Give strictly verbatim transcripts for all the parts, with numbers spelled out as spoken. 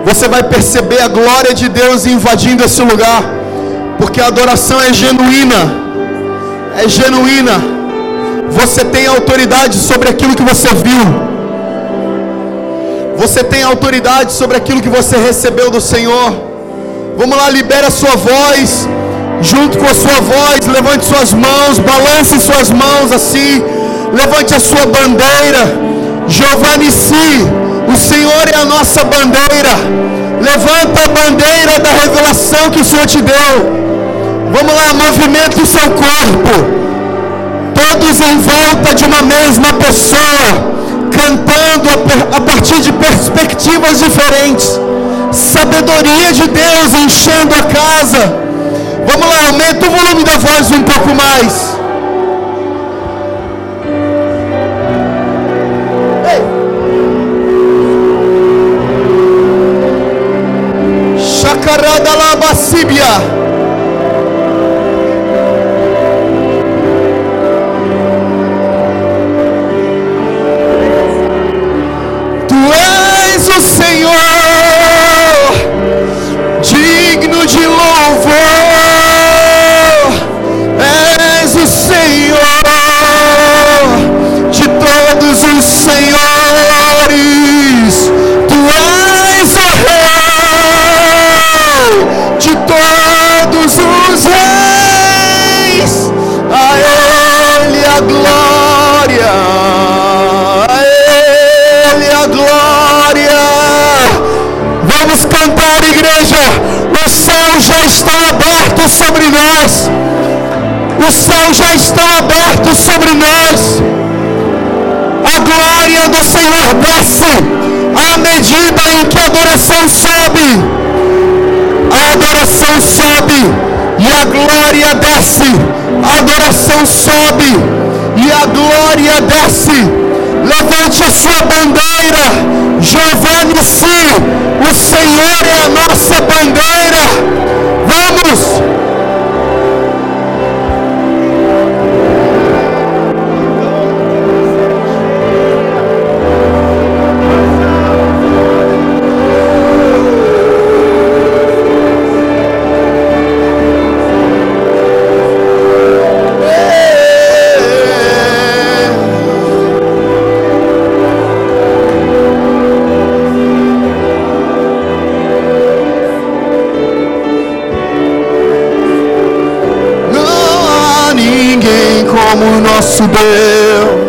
você vai perceber a glória de Deus invadindo esse lugar, porque a adoração é genuína, é genuína. Você tem autoridade sobre aquilo que você viu, você tem autoridade sobre aquilo que você recebeu do Senhor. Vamos lá, libera a sua voz, junto com a sua voz, levante suas mãos, balance suas mãos assim, levante a sua bandeira. Jeová Nissi, o Senhor é a nossa bandeira. Levanta a bandeira da revelação que o Senhor te deu. Vamos lá, movimenta o seu corpo, todos em volta de uma mesma pessoa, cantando a partir de perspectivas diferentes. Sabedoria de Deus enchendo a casa. Vamos lá, aumenta o volume da voz um pouco mais. Chacarada la basíbia. O Senhor digno de louvor, és o Senhor de todos os senhores, tu és o Rei de todos os reis, a Ele a glória, a Ele a glória. Vamos cantar, igreja. O céu já está aberto sobre nós. O céu já está aberto sobre nós. A glória do Senhor desce à medida em que a adoração sobe. A adoração sobe e a glória desce. A adoração sobe e a glória desce. Levante a sua bandeira. Jeová Nissi, o Senhor é a nossa bandeira. Vamos. Como nosso Deus,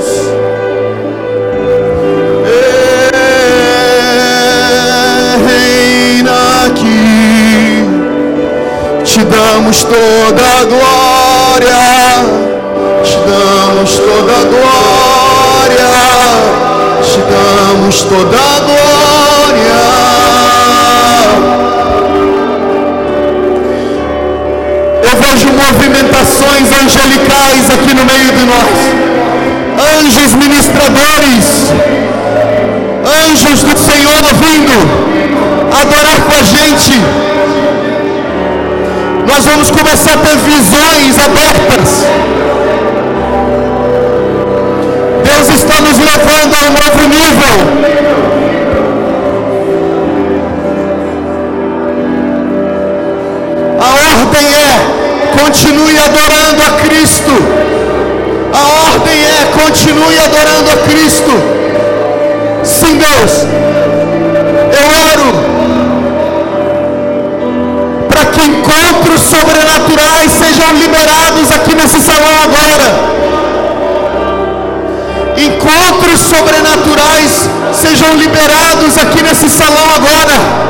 reina aqui, te damos toda a glória, te damos toda a glória, te damos toda a glória. Eu vejo movimentações angelicais aqui no meio de nós. Anjos ministradores, anjos do Senhor vindo adorar com a gente. Nós vamos começar a ter visões abertas. Deus está nos levando a um novo nível. A ordem é: continue adorando a Cristo. A ordem é: continue adorando a Cristo. Sim, Deus, eu oro para que encontros sobrenaturais sejam liberados aqui nesse salão agora. Encontros sobrenaturais sejam liberados aqui nesse salão agora.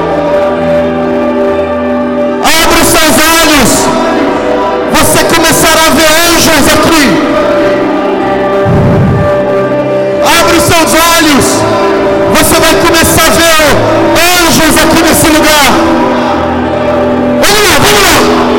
Abra os seus olhos, você começará a ver anjos aqui. Abre os seus olhos, você vai começar a ver anjos aqui nesse lugar. Vamos lá, vamos lá.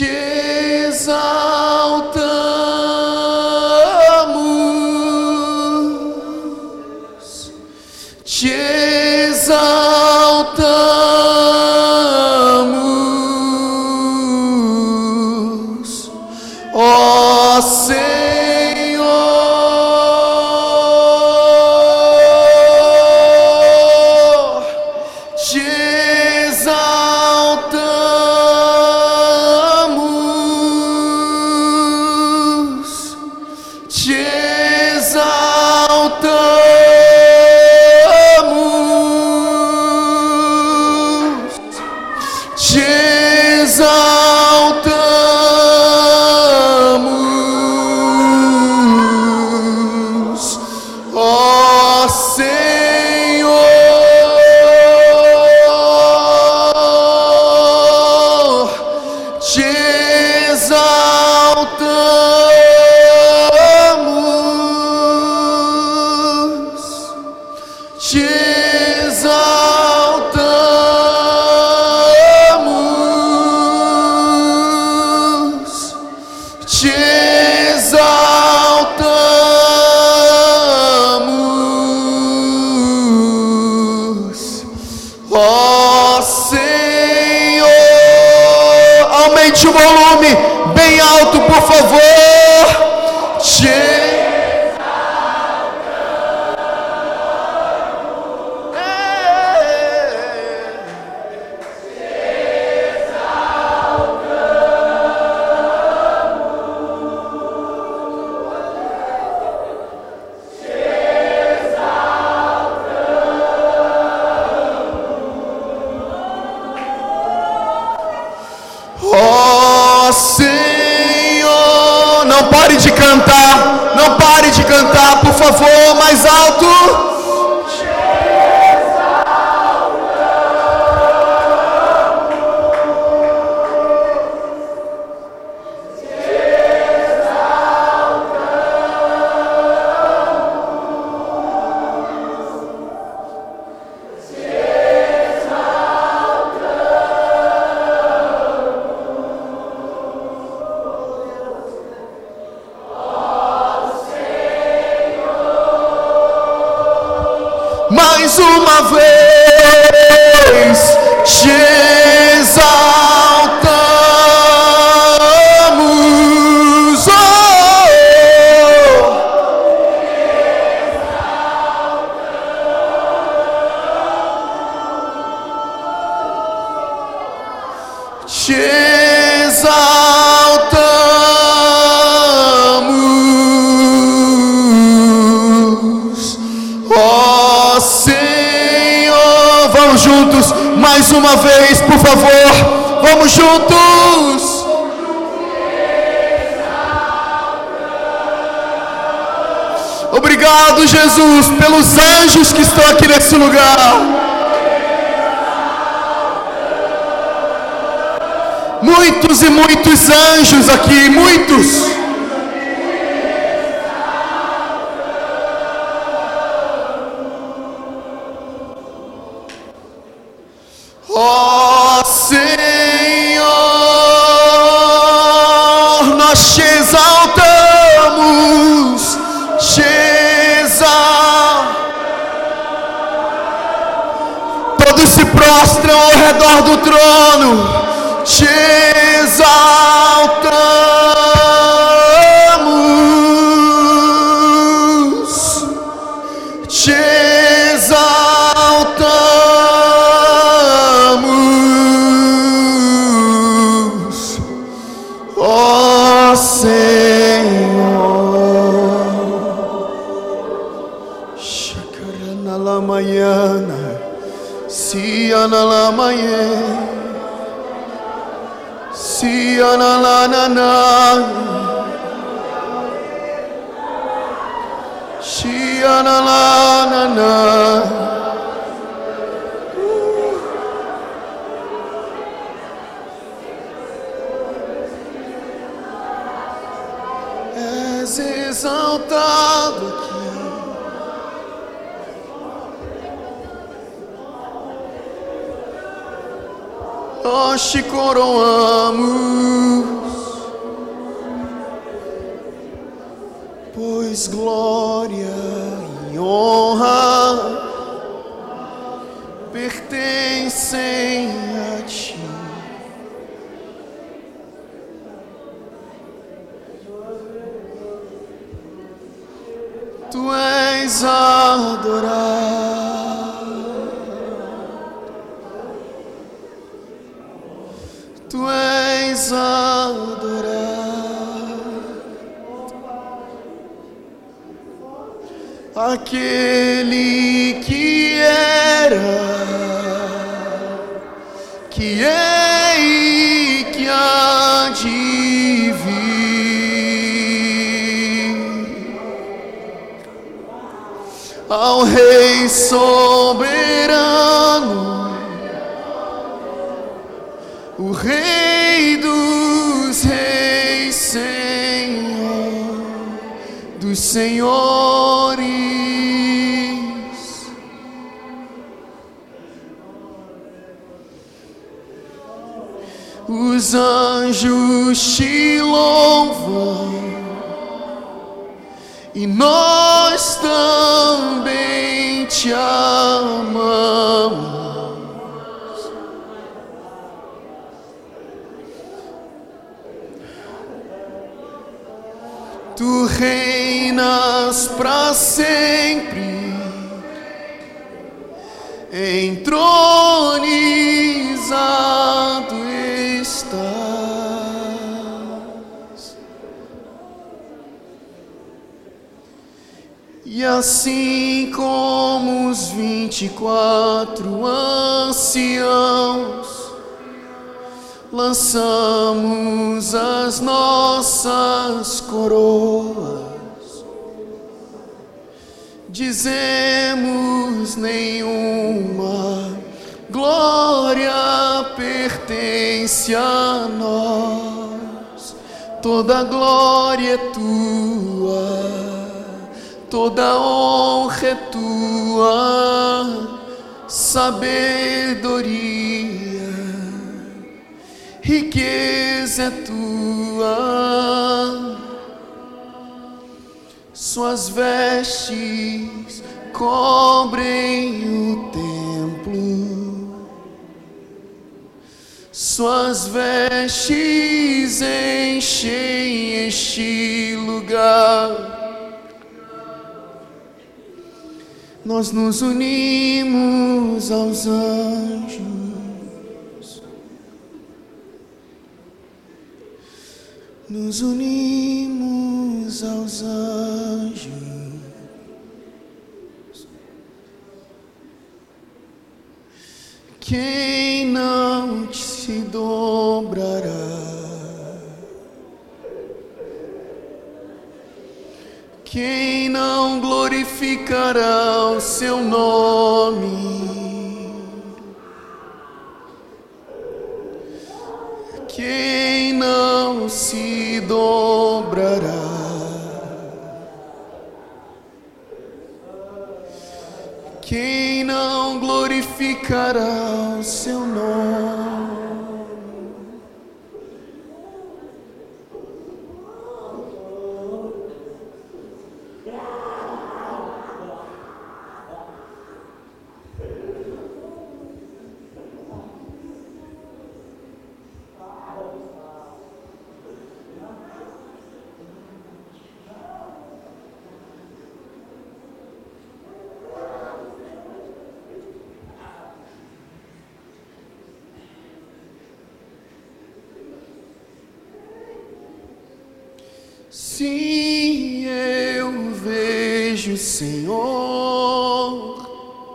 te exaltamos, te exaltamos, ó Senhor, te exaltamos, te exaltamos, te exaltamos, ó Senhor, te exaltamos, te exaltamos, te exaltamos, ó Senhor. Aumente o volume bem alto, por favor. Te Ó Senhor, não pare de cantar, não pare de cantar, por favor, mais alto. Mais uma vez te exaltamos, oh, te exaltamos, ó Senhor. Vamos juntos, mais uma vez, por favor. Vamos juntos. Obrigado, Jesus, pelos anjos que estão aqui nesse lugar. Muitos e muitos anjos aqui, muitos. Ó Senhor, nós te exaltamos, te exaltamos. Todos se prostram ao redor do trono, te exaltamos, te exaltamos, ó Senhor. Shakarana lamayana, siana lamaye, siana lanana, siana lanana. És exaltado aqui. Ó nós te coroamos, pois glória e honra pertencem a ti. Tu és adorado, tu és adorado, aquele que era, que é e que há de vir, ao Rei soberano, o Rei dos reis, Senhor dos senhores. Os anjos te louvam e nós também te amamos. Tu reinas para sempre, entronizado estás, e assim como os vinte e quatro anciãos, lançamos as nossas coroas, dizemos: nenhuma glória pertence a nós, toda glória é tua, toda honra é tua, sabedoria, riqueza é tua, suas vestes cobrem o templo, suas vestes enchem este lugar. Nós nos unimos aos anjos, nos unimos aos anjos, quem não te se dobrará, quem não glorificará o seu nome, quem não se dobrará, quem não glorificará o seu nome. Sim, eu vejo o Senhor,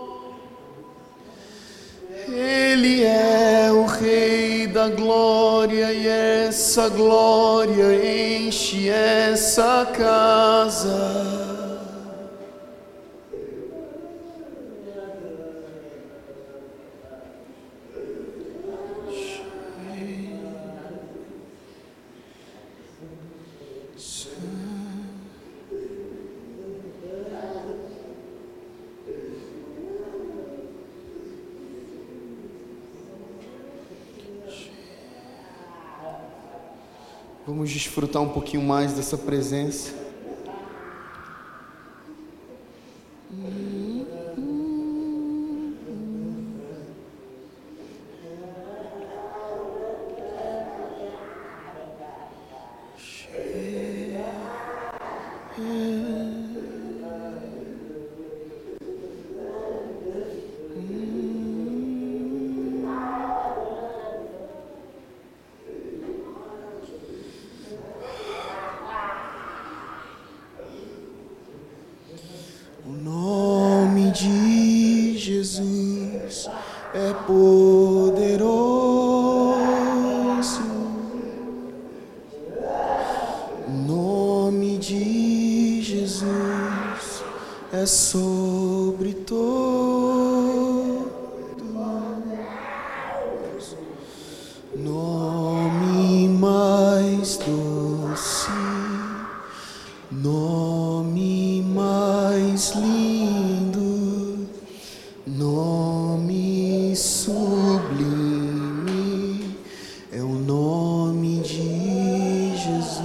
Ele é o Rei da glória, e essa glória enche essa casa. Vamos desfrutar um pouquinho mais dessa presença. Sobre todos, nome mais doce, nome mais lindo, nome sublime, é o nome de Jesus.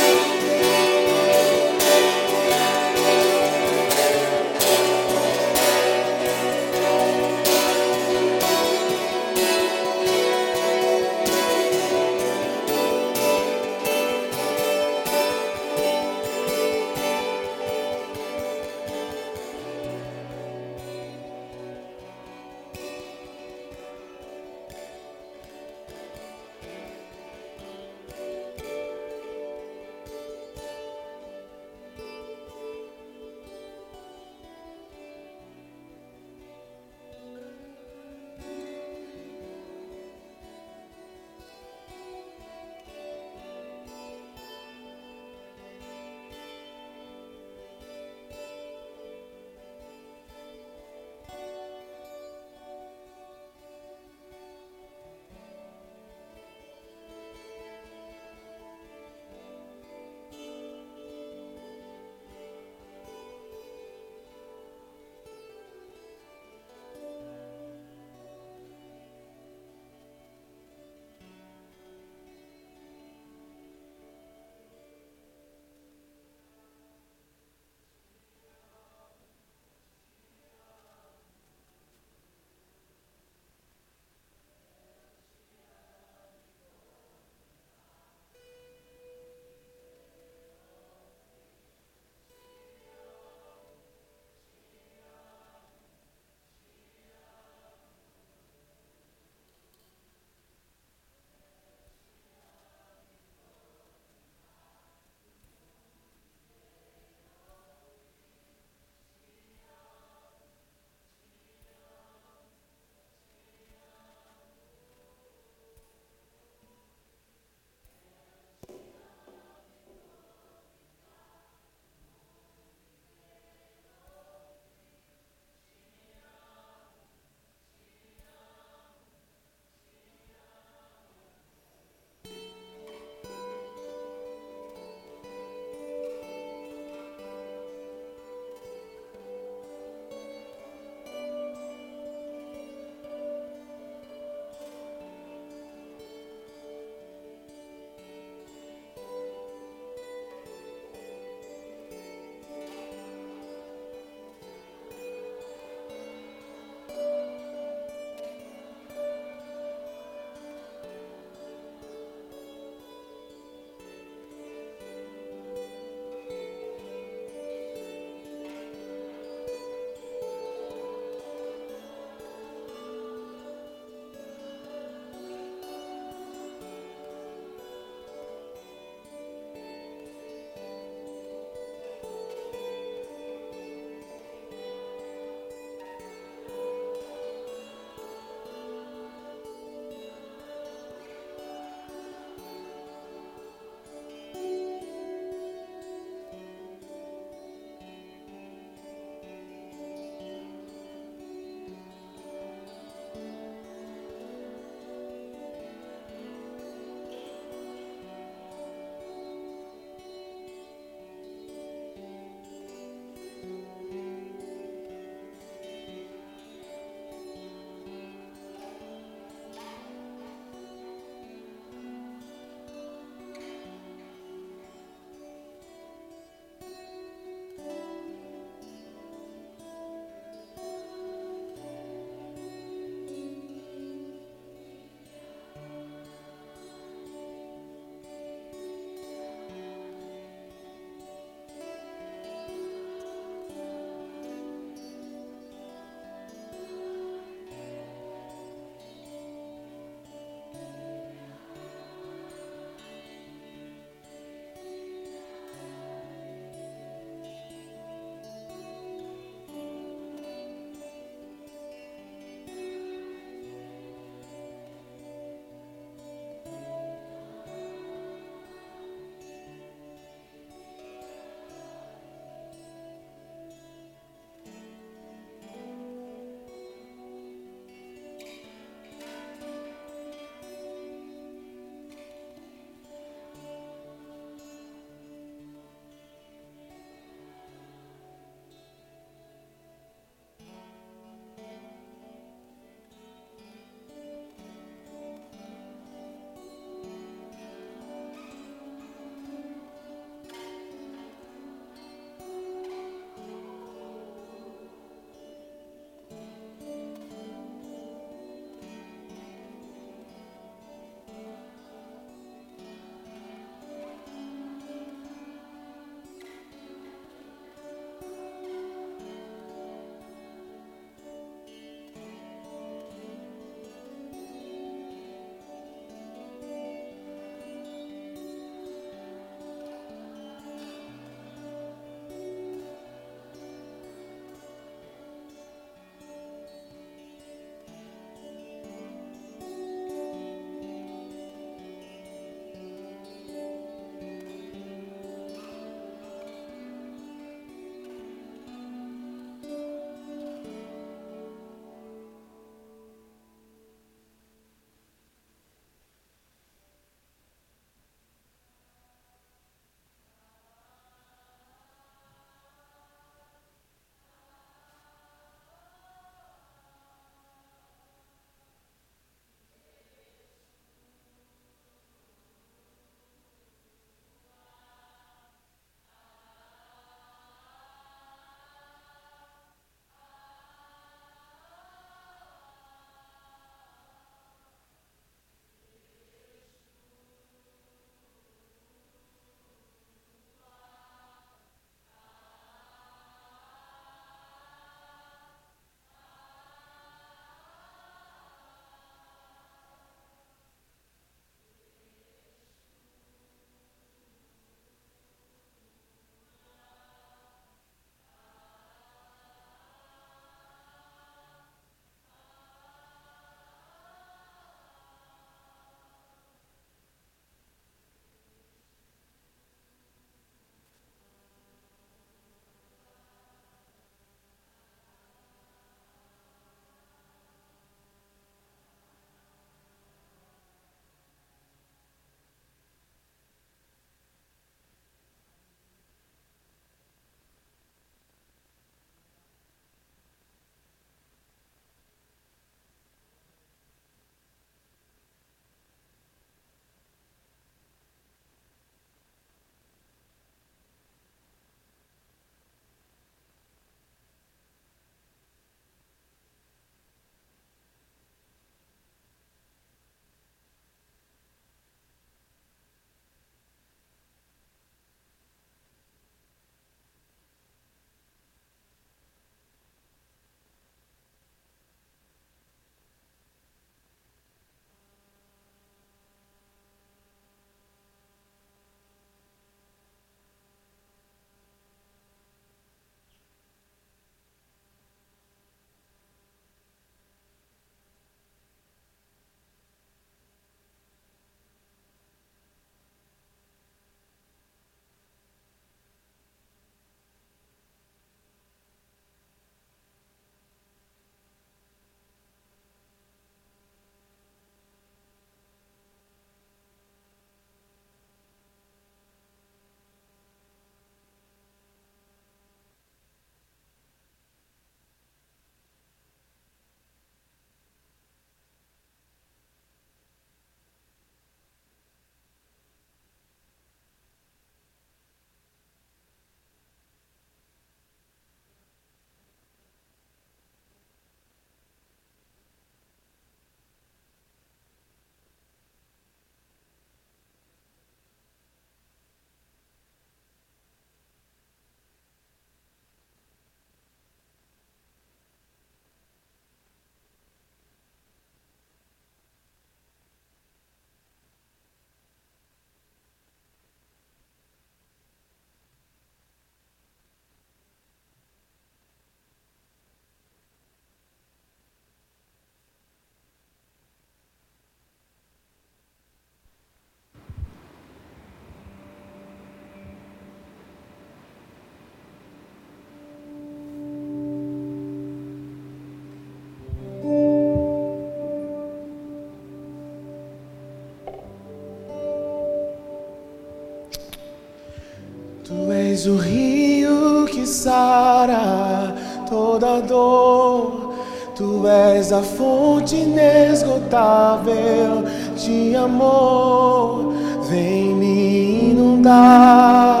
és o rio que sara toda dor. Tu és a fonte inesgotável de amor. Vem me inundar,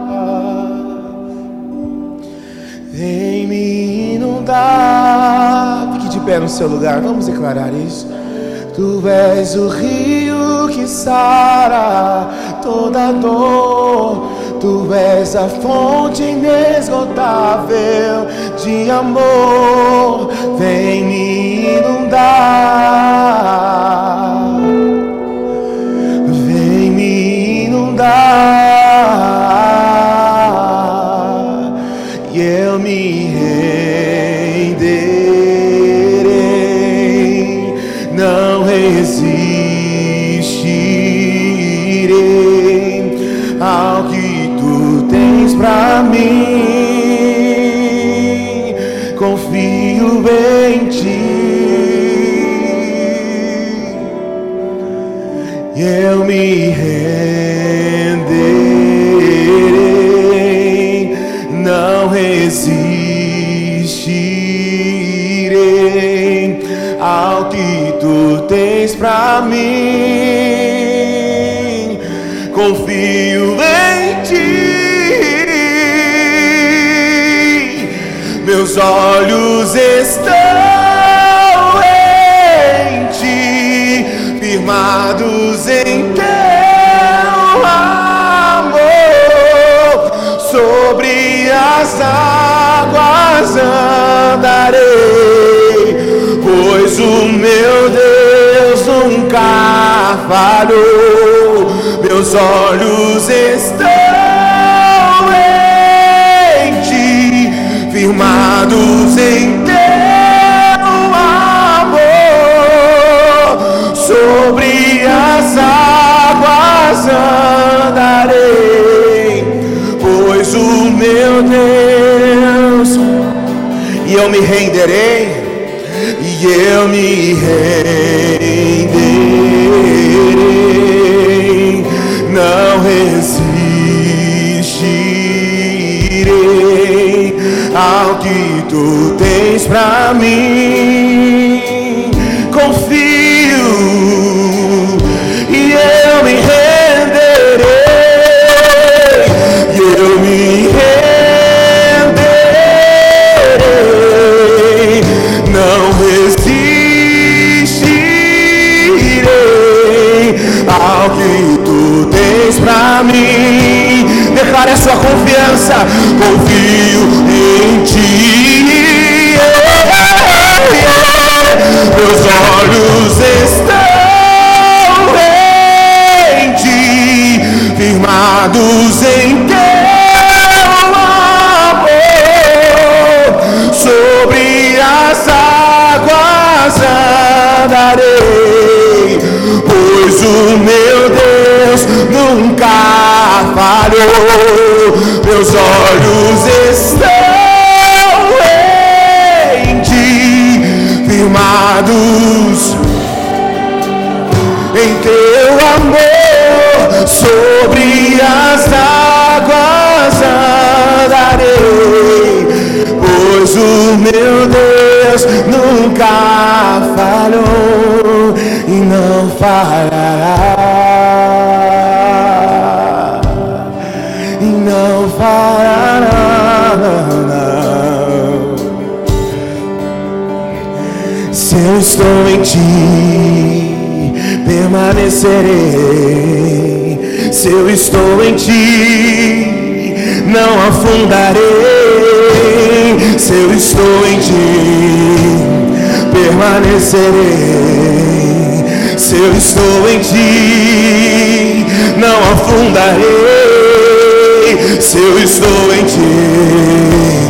vem me inundar. Fique de pé no seu lugar, vamos declarar isso. Tu és o rio que sara toda dor. Tu és a fonte inesgotável de amor. Vem me inundar, vem me inundar, e eu me renderei, não resistirei ao que tu tens pra mim. Confio em ti, eu me renderei, não resistirei ao que tu tens pra mim. Confio em ti, meus olhos estão em ti, firmados em teu amor. Sobre as águas andarei, pois o meu Deus nunca falhou. Meus olhos estão em ti, firmados em teu amor. Sobre as águas andarei, pois o meu Deus. E eu me renderei, e eu me renderei, não resistirei ao que tu tens pra mim. Confio, e eu me renderei, e eu me renderei, não resistirei ao que tu tens pra mim. Declare a sua confiança. Confio em ti, meus olhos estão em ti, firmados em teu amor. Sobre as águas andarei, pois o meu Deus nunca falhou. Meus olhos estão em ti, firmados em teu amor. Sobre as águas andarei, pois o meu Deus nunca falhou e não falhará, e não falhará, não, não. Se eu estou em ti, permanecerei. Se eu estou em ti, não afundarei. Se eu estou em ti, permanecerei. Se eu estou em ti, não afundarei. Se eu estou em ti,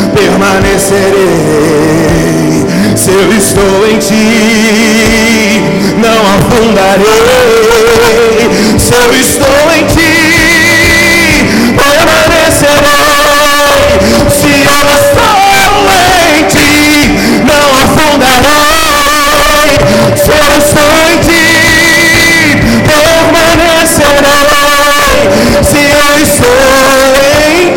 permanecerei. Se eu estou em ti, não afundarei. Se eu estou em ti, permanecerei. Se eu estou em ti, não afundarei. Se eu estou em ti, permanecerei. Se eu estou em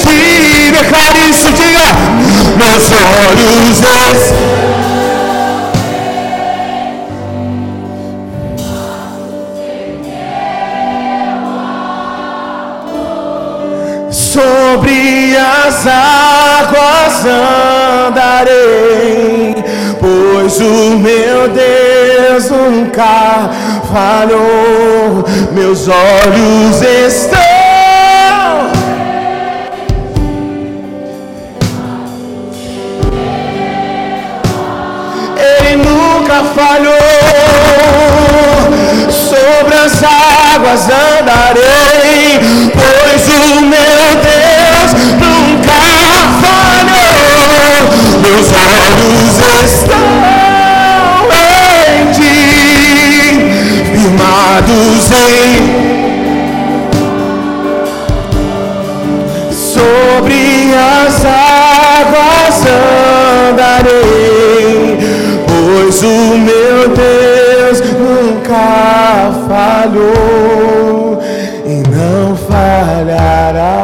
sobre as águas andarei, pois o meu Deus nunca falhou. Meus olhos estão Ele nunca falhou. Sobre as águas andarei, pois o meu Deus nunca falhou. Meus olhos estão em ti, firmados em sobre as águas andarei, pois o meu Deus nunca falhou e não falhará.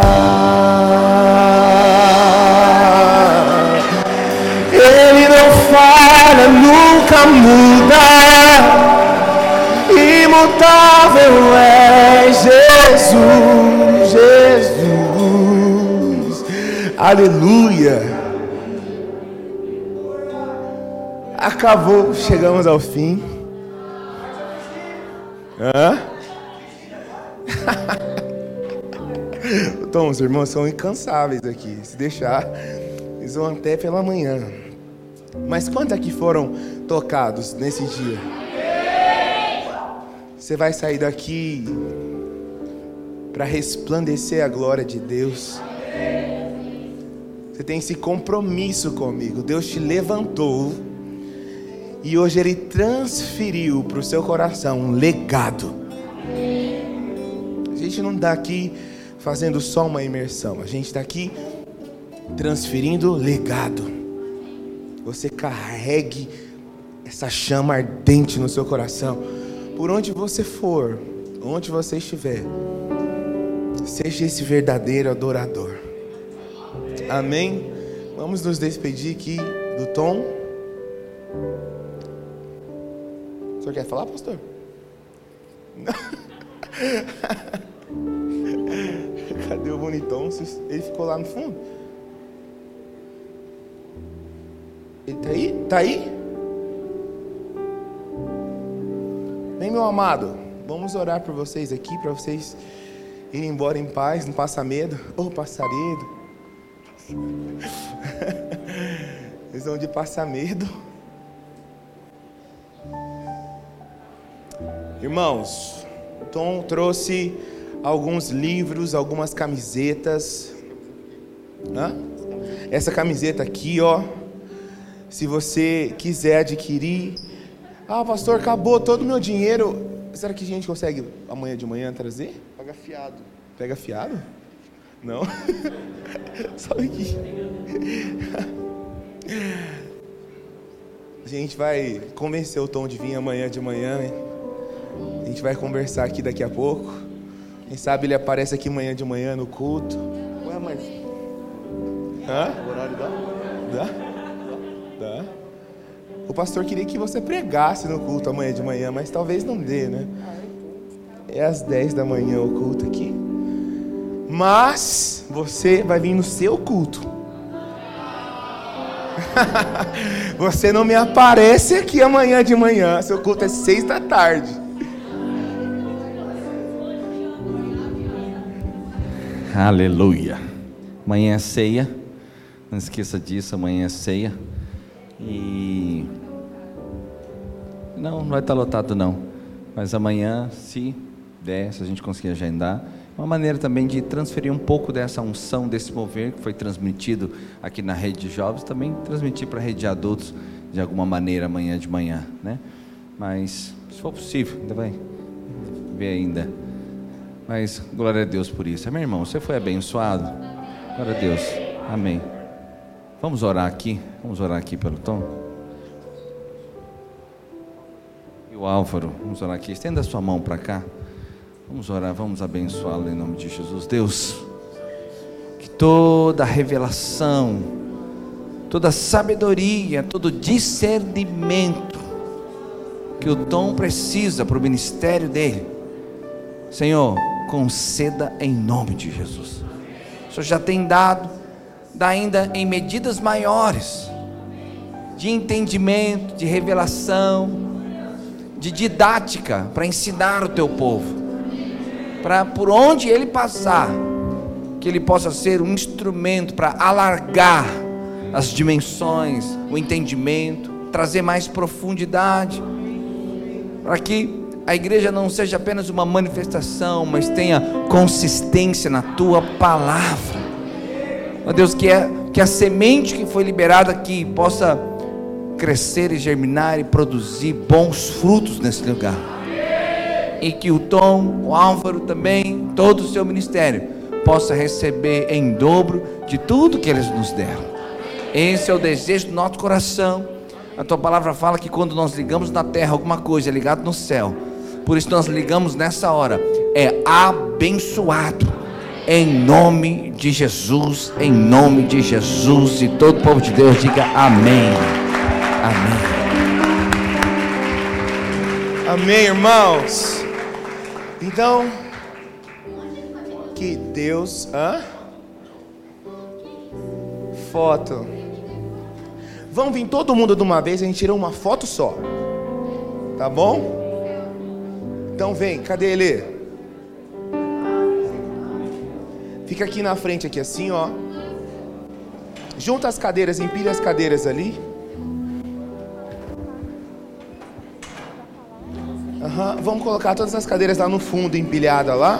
Ele não falha, nunca muda, imutável é Jesus, Jesus, aleluia. Acabou, chegamos ao fim. Hã? Então, os irmãos são incansáveis aqui. Se deixar, eles vão até pela manhã. Mas quantos aqui foram tocados nesse dia? Você vai sair daqui para resplandecer a glória de Deus. Você tem esse compromisso comigo. Deus te levantou e hoje Ele transferiu para o seu coração um legado. A gente não está aqui fazendo só uma imersão. A gente está aqui transferindo legado. Você carregue essa chama ardente no seu coração. Por onde você for, onde você estiver, seja esse verdadeiro adorador. Amém? Vamos nos despedir aqui do Tom. O senhor quer falar, pastor? Cadê o bonitão? Ele ficou lá no fundo. Ele tá aí? Tá aí? Vem, meu amado. Vamos orar por vocês aqui, para vocês irem embora em paz, não passa medo. Ô, oh, passaredo. Eles vão de passar medo. Irmãos, Tom trouxe alguns livros, algumas camisetas. Hã? Essa camiseta aqui, ó. Se você quiser adquirir. Ah, pastor, acabou todo o meu dinheiro. Será que a gente consegue amanhã de manhã trazer? Pega fiado. Pega fiado? Não. Só aqui. A gente vai convencer o Tom de vir amanhã de manhã. Hein? A gente vai conversar aqui daqui a pouco. Quem sabe ele aparece aqui amanhã de manhã no culto. Ué, mas... Hã? O horário dá? Dá? Dá? O pastor queria que você pregasse no culto amanhã de manhã, mas talvez não dê, né? É às dez da manhã o culto aqui. Mas você vai vir no seu culto. Você não me aparece aqui amanhã de manhã. Seu culto é seis da tarde. Aleluia. Amanhã é ceia. Não esqueça disso, amanhã é ceia. E não, não vai estar lotado não. Mas amanhã, se der, se a gente conseguir agendar, uma maneira também de transferir um pouco dessa unção, desse mover que foi transmitido aqui na rede de jovens, também transmitir para a rede de adultos de alguma maneira amanhã de manhã, né? Mas se for possível, ainda vai ver ainda. Mas glória a Deus por isso. Amém, irmão? Você foi abençoado? Glória a Deus. Amém. Vamos orar aqui. Vamos orar aqui pelo Tom. E o Álvaro, vamos orar aqui. Estenda a sua mão para cá. Vamos orar, vamos abençoá-lo em nome de Jesus. Deus, que toda revelação, toda sabedoria, todo discernimento que o Tom precisa para o ministério dele, Senhor, conceda em nome de Jesus. Senhor já tem dado, dá ainda em medidas maiores, de entendimento, de revelação, de didática, para ensinar o teu povo, para por onde ele passar, que ele possa ser um instrumento para alargar as dimensões, o entendimento, trazer mais profundidade, para que a igreja não seja apenas uma manifestação, mas tenha consistência na tua palavra. Ó Deus, que, é, que a semente que foi liberada aqui possa crescer e germinar e produzir bons frutos nesse lugar, e que o Tom, o Álvaro também, todo o seu ministério possa receber em dobro de tudo que eles nos deram. Esse é o desejo do nosso coração. A tua palavra fala que quando nós ligamos na terra alguma coisa é ligado no céu. Por isso nós ligamos nessa hora, é abençoado, em nome de Jesus, em nome de Jesus. E todo o povo de Deus diga amém, amém. Amém, irmãos. Então, que Deus, hã? Foto. Vamos vir todo mundo de uma vez, a gente tira uma foto só, tá bom? Então vem, cadê ele? Fica aqui na frente, aqui assim, ó. Junta as cadeiras, empilha as cadeiras ali. Uhum. Vamos colocar todas as cadeiras lá no fundo, empilhada lá.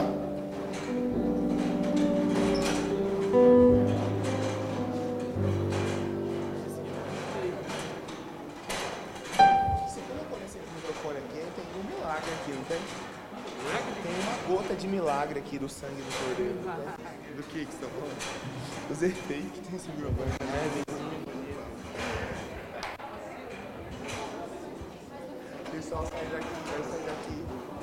De milagre aqui do sangue do cordeiro. Do que que você está falando? Os efeitos que tem esse microfone. O pessoal sai daqui, vai sair daqui.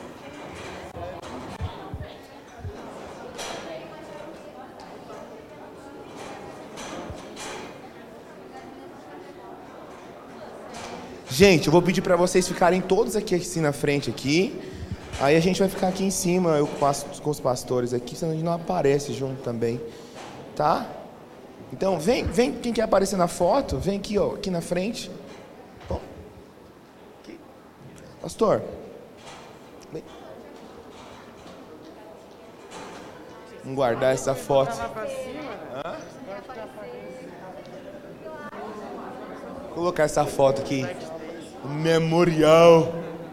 Gente, eu vou pedir para vocês ficarem todos aqui assim na frente aqui. Aí a gente vai ficar aqui em cima, eu passo com os pastores aqui, senão a gente não aparece junto também, tá? Então, vem, vem, quem quer aparecer na foto, vem aqui, ó, aqui na frente. Bom, aqui. Pastor, vem. Vamos guardar essa foto. Hã? Vou colocar essa foto aqui, memorial.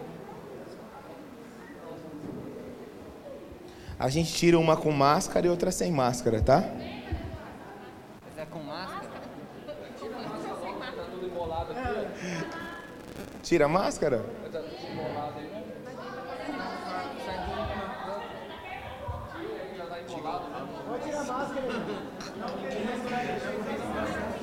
A gente tira uma com máscara e outra sem máscara, tá? Mas é com máscara? Tira a máscara? Pode tirar a máscara.